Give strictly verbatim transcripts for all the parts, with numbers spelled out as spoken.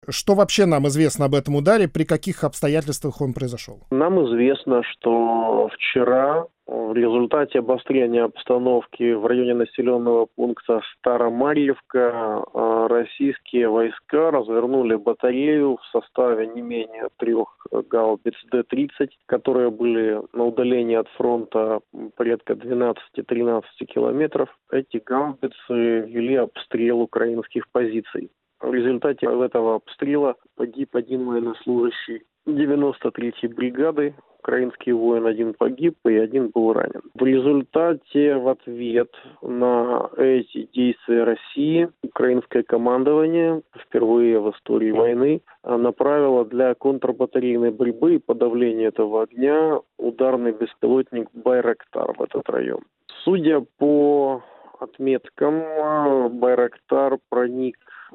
Что вообще нам известно об этом ударе, при каких обстоятельствах он произошел? Нам известно, что вчера в результате обострения обстановки в районе населенного пункта Старомарьевка э, российские войска развернули батарею в составе не менее трех гаубиц Д тридцать, которые были на удалении от фронта порядка двенадцати-тринадцати километров. Эти гаубицы вели обстрел украинских позиций. В результате этого обстрела погиб один военнослужащий девяносто третьей бригады. Украинский воин один погиб и один был ранен. В результате, в ответ на эти действия России, украинское командование впервые в истории войны направило для контрбатарейной борьбы и подавления этого огня ударный беспилотник «Байрактар» в этот район. Судя по отметкам, «Байрактар» проник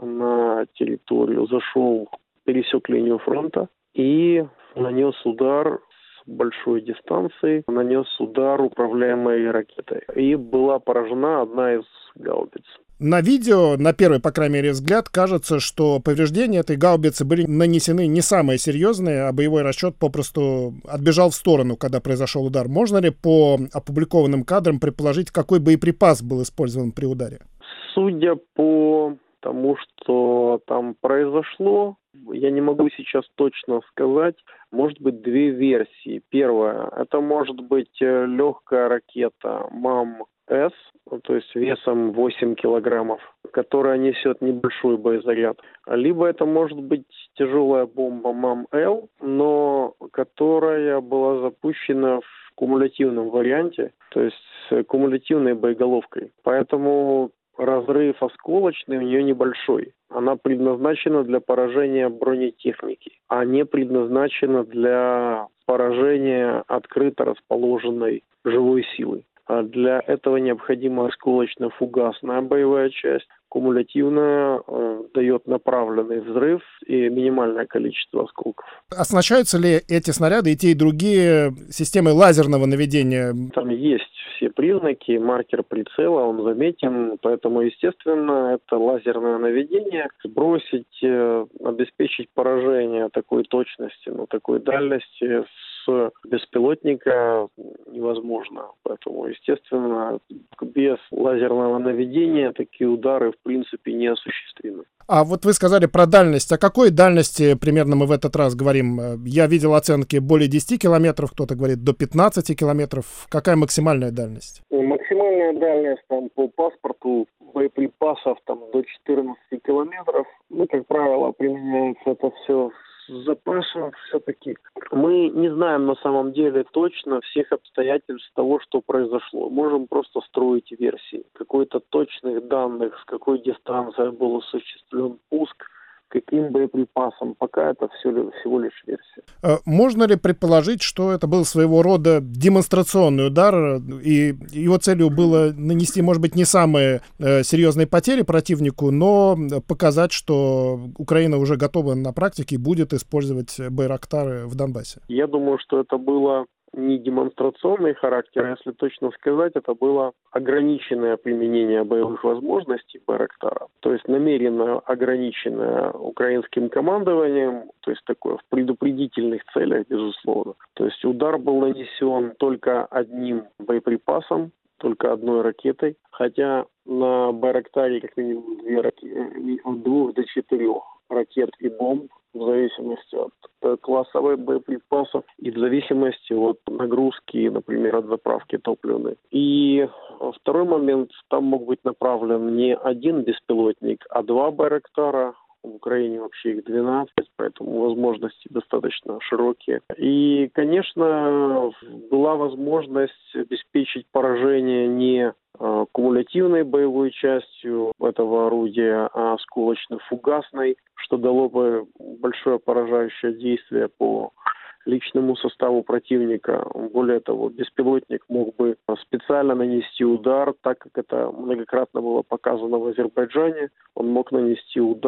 на территорию, зашел, пересек линию фронта и нанес удар с большой дистанции, нанес удар управляемой ракетой. И была поражена одна из гаубиц. На видео, на первый, по крайней мере, взгляд, кажется, что повреждения этой гаубицы были нанесены не самые серьезные, а боевой расчет попросту отбежал в сторону, когда произошел удар. Можно ли по опубликованным кадрам предположить, какой боеприпас был использован при ударе? Судя по тому, что там произошло, я не могу сейчас точно сказать. Может быть, две версии. Первая, это может быть легкая ракета МАМ-С, то есть весом восемь килограммов, которая несет небольшой боезаряд. Либо это может быть тяжелая бомба МАМ-Л, но которая была запущена в кумулятивном варианте, то есть с кумулятивной боеголовкой. Поэтому разрыв осколочный у нее небольшой. Она предназначена для поражения бронетехники, а не предназначена для поражения открыто расположенной живой силы. А для этого необходима осколочно-фугасная боевая часть. Кумулятивная э, дает направленный взрыв и минимальное количество осколков. Оснащаются ли эти снаряды и те, и другие системой лазерного наведения? Там есть все признаки, маркер прицела, он заметен, поэтому, естественно, это лазерное наведение. Сбросить, э, обеспечить поражение такой точности, ну, такой дальности с беспилотника невозможно. Поэтому, естественно, без лазерного наведения такие удары, в принципе, неосуществимы. А вот вы сказали про дальность. О какой дальности примерно мы в этот раз говорим? Я видел оценки более десяти километров, кто-то говорит до пятнадцати километров. Какая максимальная дальность? Максимальная дальность там по паспорту боеприпасов там до четырнадцати километров. Ну, как правило, применяется это все с запасом все-таки. Мы не знаем на самом деле точно всех обстоятельств того, что произошло. Можем просто строить версии. Какой-то точных данных, с какой дистанции был осуществлен пуск, каким боеприпасом. Пока это все, всего лишь версия. Можно ли предположить, что это был своего рода демонстрационный удар, и его целью было нанести, может быть, не самые э, серьезные потери противнику, но показать, что Украина уже готова на практике и будет использовать байрактары в Донбассе? Я думаю, что это было не демонстрационный характер, а если точно сказать, это было ограниченное применение боевых возможностей Байрактара, то есть намеренно ограниченное украинским командованием, то есть такое в предупредительных целях, безусловно. То есть удар был нанесен только одним боеприпасом, только одной ракетой, хотя на Байрактаре как минимум две ракеты, от двух до четырех ракет и бомб, в зависимости от классовых боеприпасов и в зависимости от нагрузки, например, от заправки топливной. И второй момент, там мог быть направлен не один беспилотник, а два Байрактара. В Украине вообще их двенадцать, поэтому возможности достаточно широкие. И, конечно, была возможность обеспечить поражение не кумулятивной боевой частью этого орудия, а осколочно-фугасной, что дало бы большое поражающее действие по личному составу противника. Более того, беспилотник мог бы специально нанести удар, так как это многократно было показано в Азербайджане. Он мог нанести удар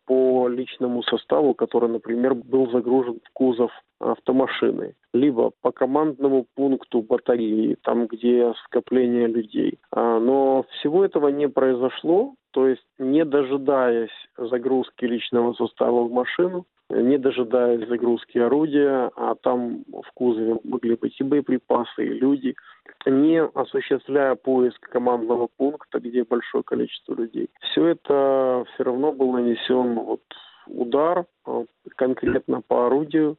по личному составу, который, например, был загружен в кузов автомашины, либо по командному пункту батареи, там, где скопление людей. Но всего этого не произошло, то есть не дожидаясь загрузки личного состава в машину, не дожидаясь загрузки орудия, а там в кузове могли быть и боеприпасы, и люди, не осуществляя поиск командного пункта, где большое количество людей. Все это все равно был нанесен вот удар конкретно по орудию.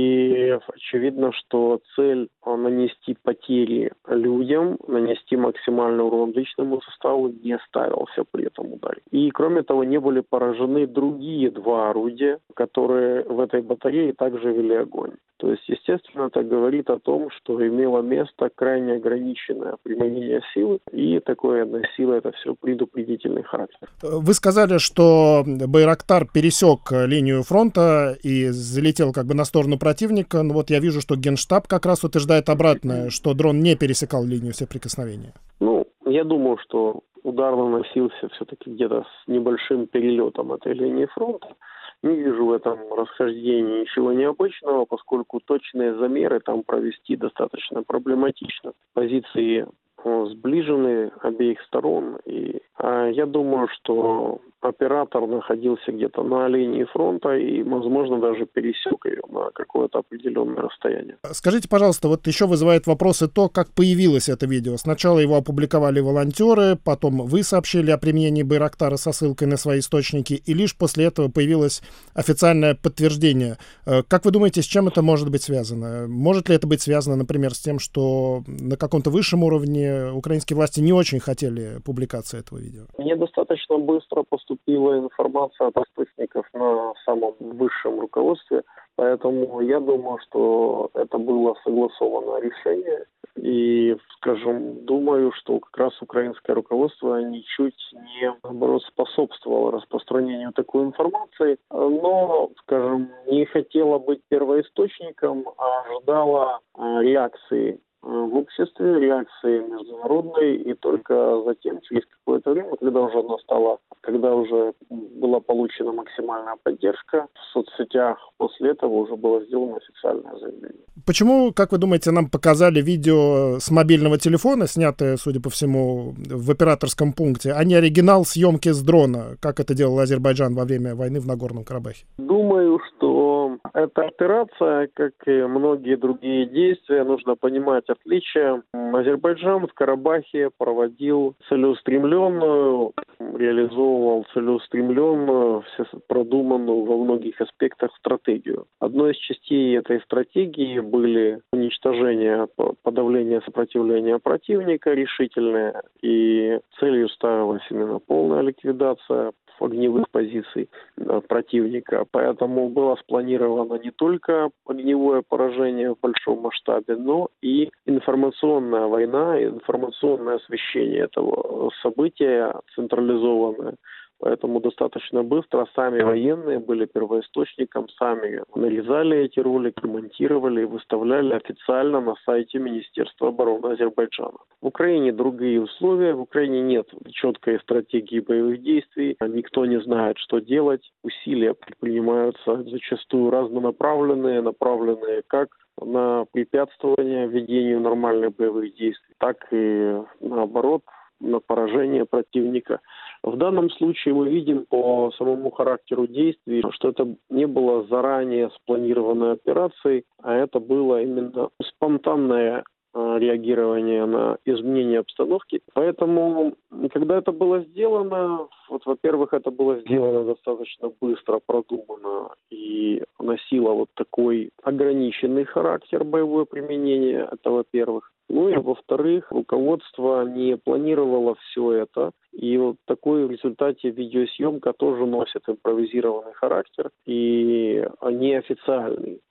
И очевидно, что цель нанести потери людям, нанести максимальный урон личному составу не ставился при этом ударе. И кроме того, не были поражены другие два орудия, которые в этой батарее также вели огонь. То есть, естественно, это говорит о том, что имело место крайне ограниченное применение силы, и такое сила — это все предупредительный характер. Вы сказали, что Байрактар пересек линию фронта и залетел как бы на сторону противника. Но вот я вижу, что Генштаб как раз утверждает обратное, что дрон не пересекал линию соприкосновения. Ну, я думаю, что удар наносился все-таки где-то с небольшим перелетом этой линии фронта. Не вижу в этом расхождении ничего необычного, поскольку точные замеры там провести достаточно проблематично. Позиции сближены обеих сторон, и а, я думаю, что оператор находился где-то на линии фронта и, возможно, даже пересек ее на какое-то определенное расстояние. Скажите, пожалуйста, вот еще вызывает вопросы то, как появилось это видео. Сначала его опубликовали волонтеры, потом вы сообщили о применении Байрактара со ссылкой на свои источники, и лишь после этого появилось официальное подтверждение. Как вы думаете, с чем это может быть связано? Может ли это быть связано, например, с тем, что на каком-то высшем уровне украинские власти не очень хотели публикации этого видео? Мне достаточно быстро поступила информация от источников на самом высшем руководстве, поэтому я думаю, что это было согласованное решение. И, скажем, думаю, что как раз украинское руководство ничуть не, наоборот, способствовало распространению такой информации, но, скажем, не хотело быть первоисточником, а ожидало реакции в обществе, реакции международной, и только затем, через какое-то время, когда уже она стала, когда уже была получена максимальная поддержка в соцсетях, после этого уже было сделано официальное заявление. Почему, как вы думаете, нам показали видео с мобильного телефона, снятое, судя по всему, в операторском пункте, а не оригинал съемки с дрона, как это делал Азербайджан во время войны в Нагорном Карабахе? Думаю, что эта операция, как и многие другие действия, нужно понимать отличия. Азербайджан в Карабахе проводил целеустремленную, реализовывал целеустремленную, все продуманную во многих аспектах стратегию. Одной из частей этой стратегии были уничтожение, подавление сопротивления противника решительное, и целью ставилась именно полная ликвидация огневых позиций противника. Поэтому было спланировано не только огневое поражение в большом масштабе, но и информационная война, информационное освещение этого события централизованное. Поэтому достаточно быстро сами военные были первоисточником, сами нарезали эти ролики, монтировали и выставляли официально на сайте Министерства обороны Азербайджана. В Украине другие условия, в Украине нет четкой стратегии боевых действий, никто не знает, что делать. Усилия предпринимаются зачастую разнонаправленные, направленные как на препятствование ведению нормальных боевых действий, так и наоборот, на поражение противника. В данном случае мы видим по самому характеру действий, что это не было заранее спланированной операцией, а это было именно спонтанное реагирование на изменение обстановки. Поэтому, когда это было сделано, вот, во-первых, это было сделано достаточно быстро, продуманно и носило вот такой ограниченный характер боевое применение, это во-первых. Ну и во-вторых, руководство не планировало все это, и вот такой в результате видеосъемка тоже носит импровизированный характер и неофициальный. То есть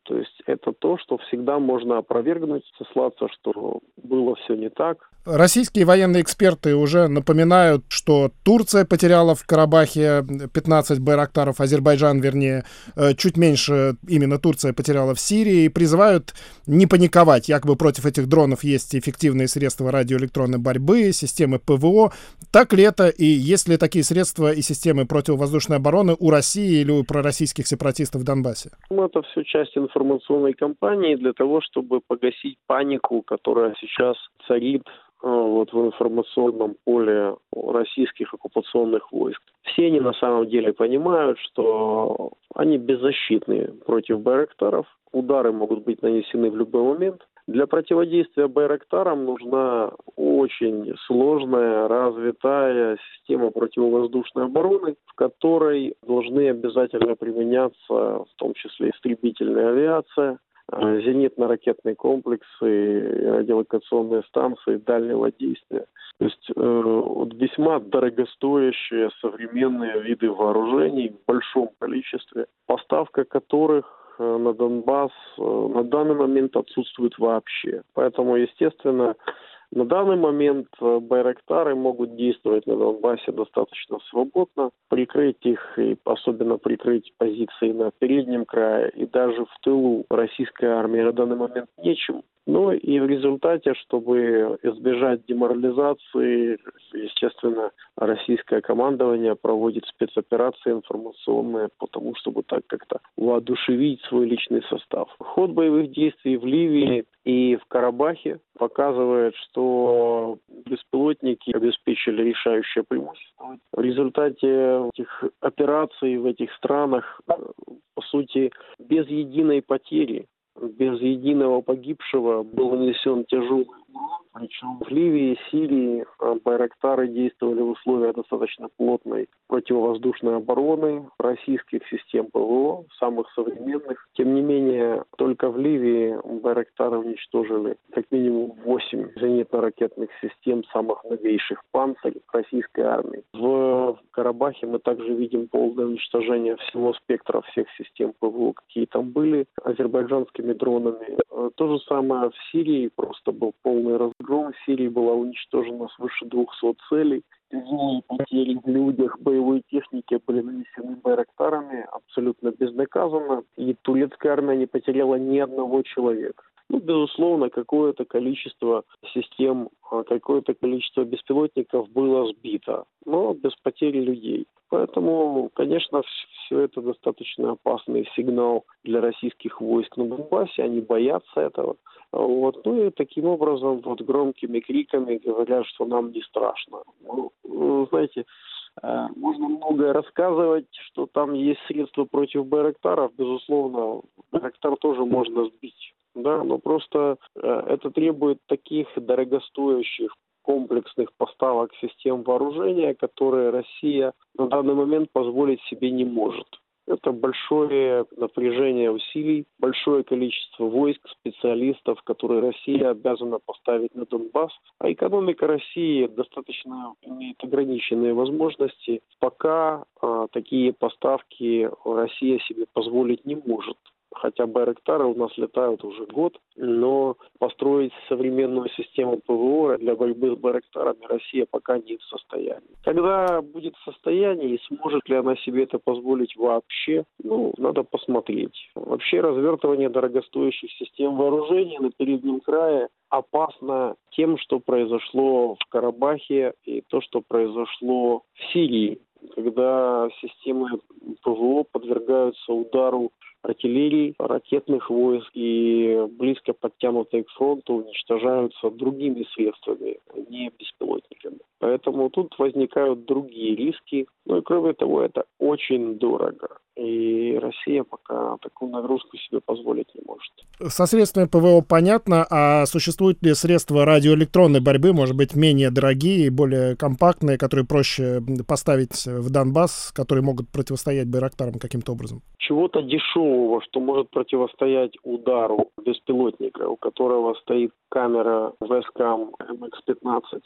это то, что всегда можно опровергнуть, сослаться, что было все не так. Российские военные эксперты уже напоминают, что Турция потеряла в Карабахе пятнадцать байрактаров, Азербайджан, вернее, чуть меньше именно Турция потеряла в Сирии, и призывают не паниковать. Якобы против этих дронов есть эффективные средства радиоэлектронной борьбы, системы ПВО. Так ли это, и есть ли такие средства и системы противовоздушной обороны у России или у пророссийских сепаратистов в Донбассе? Ну, это все часть информационной кампании для того, чтобы погасить панику, которая сейчас царит вот в информационном поле российских оккупационных войск. Все они на самом деле понимают, что они беззащитны против байрактаров, удары могут быть нанесены в любой момент. Для противодействия байрактарам нужна очень сложная, развитая система противовоздушной обороны, в которой должны обязательно применяться в том числе истребительная авиация, зенитно-ракетные комплексы, радиолокационные станции дальнего действия. То есть э, весьма дорогостоящие современные виды вооружений в большом количестве, поставка которых на Донбасс на данный момент отсутствует вообще. Поэтому, естественно, на данный момент байрактары могут действовать на Донбассе достаточно свободно, прикрыть их и особенно прикрыть позиции на переднем крае и даже в тылу российской армии на данный момент нечем. Ну и в результате, чтобы избежать деморализации, естественно, российское командование проводит спецоперации информационные по тому, чтобы так как-то воодушевить свой личный состав. Ход боевых действий в Ливии и в Карабахе показывает, что беспилотники обеспечили решающее преимущество. В результате этих операций в этих странах, по сути, без единой потери, без единого погибшего был нанесен тяжелый урон. Причем в Ливии, Сирии байрактары действовали в условиях достаточно плотной противовоздушной обороны, российских систем ПВО, самых современных. Тем не менее, только в Ливии байрактары уничтожили как минимум восемь зенитно-ракетных систем самых новейших «Панцирь» российской армии. В Карабахе мы также видим полное уничтожение всего спектра всех систем ПВО, какие там были, азербайджанскими дронами. То же самое в Сирии, просто был полный разгром. В Сирии была уничтожена свыше двухсот целей. Тяжелые потери в людях, боевой технике были нанесены байрактарами абсолютно безнаказанно. И турецкая армия не потеряла ни одного человека. Ну, безусловно, какое-то количество систем, какое-то количество беспилотников было сбито, но без потери людей. Поэтому, конечно, все это достаточно опасный сигнал для российских войск на Донбассе. Они боятся этого. Вот. Ну и таким образом вот громкими криками говорят, что нам не страшно. Ну, знаете, можно многое рассказывать, что там есть средства против байрактаров. Безусловно, байрактар тоже можно сбить. Да, но просто это требует таких дорогостоящих комплексных поставок систем вооружения, которые Россия на данный момент позволить себе не может. Это большое напряжение усилий, большое количество войск, специалистов, которые Россия обязана поставить на Донбасс. А экономика России достаточно имеет ограниченные возможности. Пока а, такие поставки Россия себе позволить не может. Хотя байрактары у нас летают уже год, но построить современную систему ПВО для борьбы с байрактарами Россия пока не в состоянии. Когда будет в состоянии и сможет ли она себе это позволить вообще, ну, надо посмотреть. Вообще развертывание дорогостоящих систем вооружений на переднем крае опасно тем, что произошло в Карабахе и то, что произошло в Сирии, когда системы ПВО подвергаются удару артиллерии, ракетных войск и близко подтянутые к фронту уничтожаются другими средствами, не беспилотниками. Поэтому тут возникают другие риски. Ну и кроме того, это очень дорого. И Россия пока такую нагрузку себе позволить не может. Со средствами ПВО понятно, а существуют ли средства радиоэлектронной борьбы, может быть, менее дорогие и более компактные, которые проще поставить в Донбасс, которые могут противостоять байрактарам каким-то образом? Чего-то дешевого, что может противостоять удару беспилотника, у которого стоит камера Вэскам эм икс пятнадцать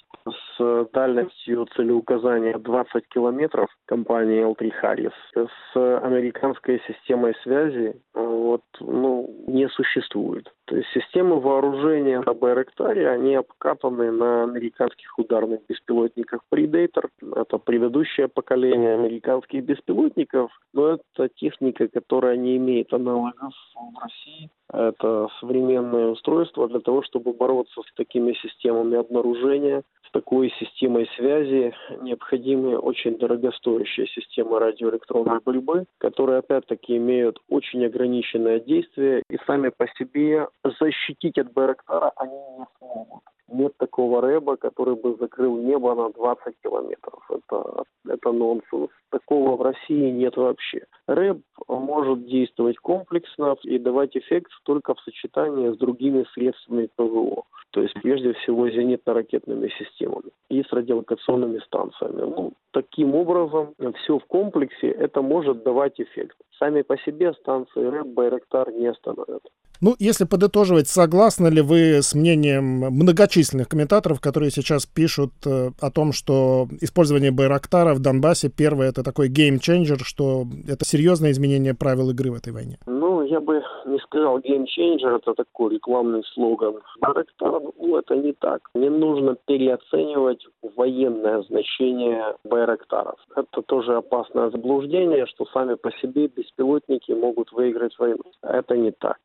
с дальностью целеуказания двадцать километров компании эл три Harris, с американской системой связи, вот, вот, ну, не существует. То есть системы вооружения на Байрактаре, они обкатаны на американских ударных беспилотниках Predator. Это предыдущее поколение американских беспилотников, но это техника, которая не имеет аналогов в России. Это современное устройство для того, чтобы бороться с такими системами обнаружения, с такой системой связи необходимы очень дорогостоящие системы радиоэлектронной борьбы, которые опять-таки имеют очень ограниченное действие и сами по себе защитить от Байрактара они не смогут. Нет такого рэба, который бы закрыл небо на двадцать километров. Это, это нонсенс. Такого в России нет вообще. рэб может действовать комплексно и давать эффект только в сочетании с другими средствами ПВО. То есть, прежде всего, зенитно-ракетными системами и с радиолокационными станциями. Ну, таким образом, все в комплексе это может давать эффект. Сами по себе станции рэб Байрактар не остановят. Ну, если подытоживать, согласны ли вы с мнением многочисленных комментаторов, которые сейчас пишут э, о том, что использование Байрактара в Донбассе, первое, это такой геймченджер, что это серьезное изменение правил игры в этой войне? Ну, я бы не сказал геймченджер, это такой рекламный слоган. Байрактар, ну, это не так. Не нужно переоценивать военное значение Байрактаров. Это тоже опасное заблуждение, что сами по себе беспилотники могут выиграть войну. Это не так.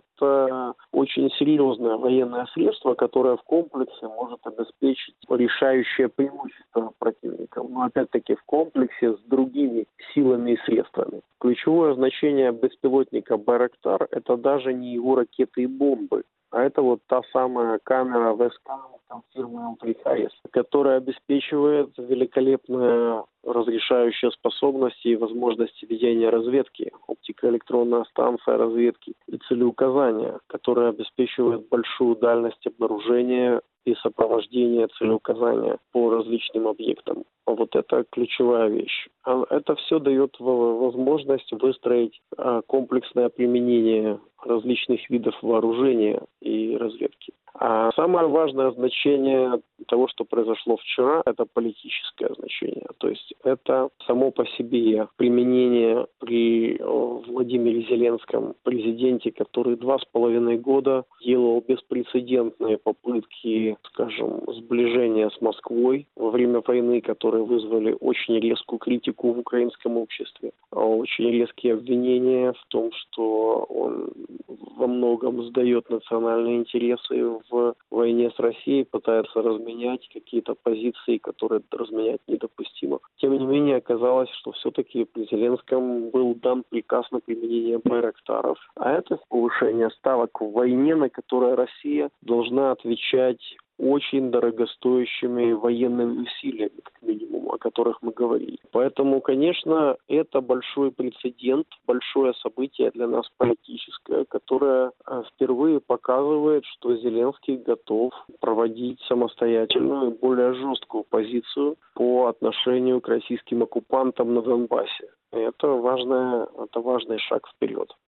Это очень серьезное военное средство, которое в комплексе может обеспечить решающее преимущество противника. Но опять-таки в комплексе с другими силами и средствами. Ключевое значение беспилотника Байрактар – это даже не его ракеты и бомбы, а это вот та самая камера Вескам фирмы Амплихайс, которая обеспечивает великолепные разрешающие способности и возможности ведения разведки, оптико-электронная станция разведки и целеуказания, которая обеспечивает большую дальность обнаружения и сопровождения целеуказания по различным объектам. Вот это ключевая вещь. Это все дает возможность выстроить комплексное применение различных видов вооружения и разведки. А самое важное значение того, что произошло вчера, это политическое значение. То есть это само по себе применение при Владимире Зеленском, президенте, который два с половиной года делал беспрецедентные попытки, скажем, сближения с Москвой во время войны, которые вызвали очень резкую критику в украинском обществе, очень резкие обвинения в том, что он во многом сдает национальные интересы в войне с Россией, пытается разменять какие-то позиции, которые разменять недопустимо. Тем не менее, оказалось, что все-таки при Зеленском был дан приказ на применение Байрактаров. А это повышение ставок в войне, на которой Россия должна отвечать очень дорогостоящими военными усилиями, как минимум, о которых мы говорили. Поэтому, конечно, это большой прецедент, большое событие для нас политическое, которое впервые показывает, что Зеленский готов проводить самостоятельную, более жесткую позицию по отношению к российским оккупантам на Донбассе. И это важное, это важный шаг вперед.